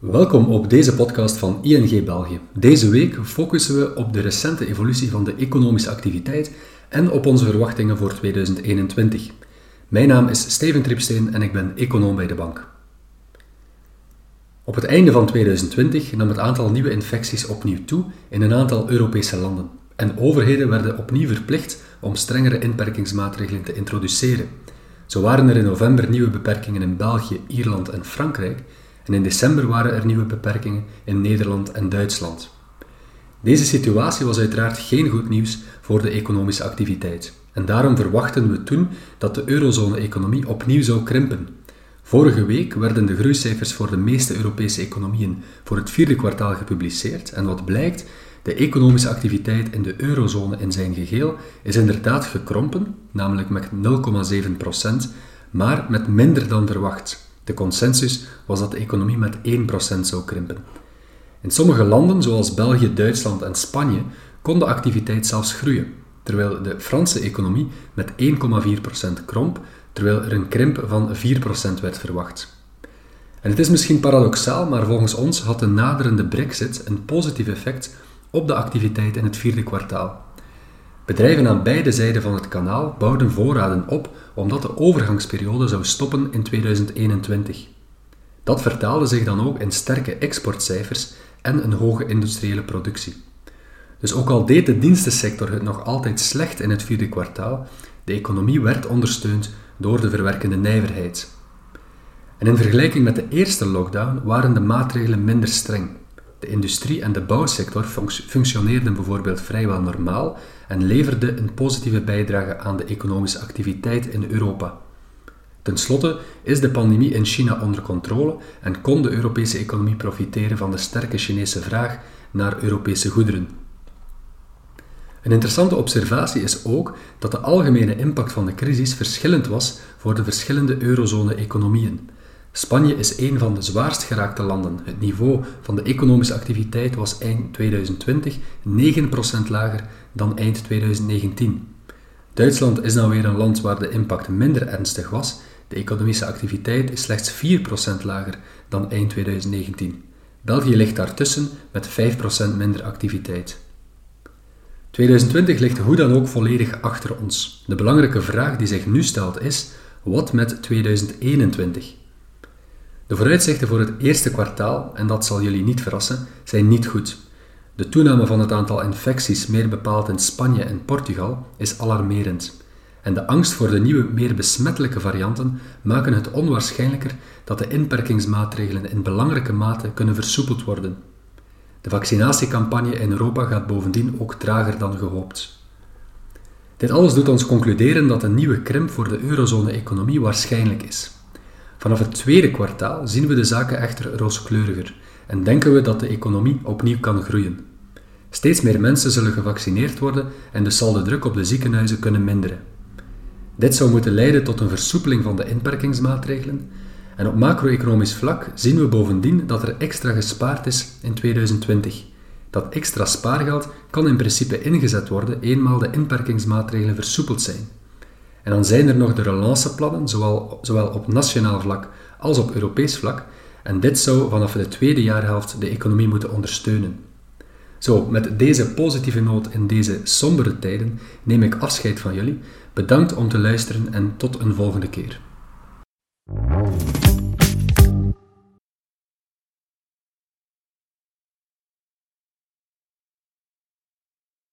Welkom op deze podcast van ING België. Deze week focussen we op de recente evolutie van de economische activiteit en op onze verwachtingen voor 2021. Mijn naam is Steven Tripsteen en ik ben econoom bij de bank. Op het einde van 2020 nam het aantal nieuwe infecties opnieuw toe in een aantal Europese landen. En overheden werden opnieuw verplicht om strengere inperkingsmaatregelen te introduceren. Zo waren er in november nieuwe beperkingen in België, Ierland en Frankrijk. En in december waren er nieuwe beperkingen in Nederland en Duitsland. Deze situatie was uiteraard geen goed nieuws voor de economische activiteit. En daarom verwachten we toen dat de eurozone-economie opnieuw zou krimpen. Vorige week werden de groeicijfers voor de meeste Europese economieën voor het vierde kwartaal gepubliceerd. En wat blijkt, de economische activiteit in de eurozone in zijn geheel is inderdaad gekrompen, namelijk met 0,7%, maar met minder dan verwacht. De consensus was dat de economie met 1% zou krimpen. In sommige landen, zoals België, Duitsland en Spanje, kon de activiteit zelfs groeien, terwijl de Franse economie met 1,4% kromp, terwijl er een krimp van 4% werd verwacht. En het is misschien paradoxaal, maar volgens ons had de naderende Brexit een positief effect op de activiteit in het vierde kwartaal. Bedrijven aan beide zijden van het kanaal bouwden voorraden op omdat de overgangsperiode zou stoppen in 2021. Dat vertaalde zich dan ook in sterke exportcijfers en een hoge industriële productie. Dus ook al deed de dienstensector het nog altijd slecht in het vierde kwartaal, de economie werd ondersteund door de verwerkende nijverheid. En in vergelijking met de eerste lockdown waren de maatregelen minder streng. De industrie- en de bouwsector functioneerden bijvoorbeeld vrijwel normaal en leverden een positieve bijdrage aan de economische activiteit in Europa. Ten slotte is de pandemie in China onder controle en kon de Europese economie profiteren van de sterke Chinese vraag naar Europese goederen. Een interessante observatie is ook dat de algemene impact van de crisis verschillend was voor de verschillende eurozone-economieën. Spanje is een van de zwaarst geraakte landen. Het niveau van de economische activiteit was eind 2020 9% lager dan eind 2019. Duitsland is nou weer een land waar de impact minder ernstig was. De economische activiteit is slechts 4% lager dan eind 2019. België ligt daartussen met 5% minder activiteit. 2020 ligt hoe dan ook volledig achter ons. De belangrijke vraag die zich nu stelt is: wat met 2021? De vooruitzichten voor het eerste kwartaal, en dat zal jullie niet verrassen, zijn niet goed. De toename van het aantal infecties, meer bepaald in Spanje en Portugal, is alarmerend. En de angst voor de nieuwe, meer besmettelijke varianten maken het onwaarschijnlijker dat de inperkingsmaatregelen in belangrijke mate kunnen versoepeld worden. De vaccinatiecampagne in Europa gaat bovendien ook trager dan gehoopt. Dit alles doet ons concluderen dat een nieuwe krimp voor de eurozone-economie waarschijnlijk is. Vanaf het tweede kwartaal zien we de zaken echter rooskleuriger en denken we dat de economie opnieuw kan groeien. Steeds meer mensen zullen gevaccineerd worden en dus zal de druk op de ziekenhuizen kunnen minderen. Dit zou moeten leiden tot een versoepeling van de inperkingsmaatregelen en op macro-economisch vlak zien we bovendien dat er extra gespaard is in 2020. Dat extra spaargeld kan in principe ingezet worden eenmaal de inperkingsmaatregelen versoepeld zijn. En dan zijn er nog de relanceplannen, zowel op nationaal vlak als op Europees vlak, en dit zou vanaf de tweede jaarhelft de economie moeten ondersteunen. Zo, met deze positieve noot in deze sombere tijden neem ik afscheid van jullie. Bedankt om te luisteren en tot een volgende keer.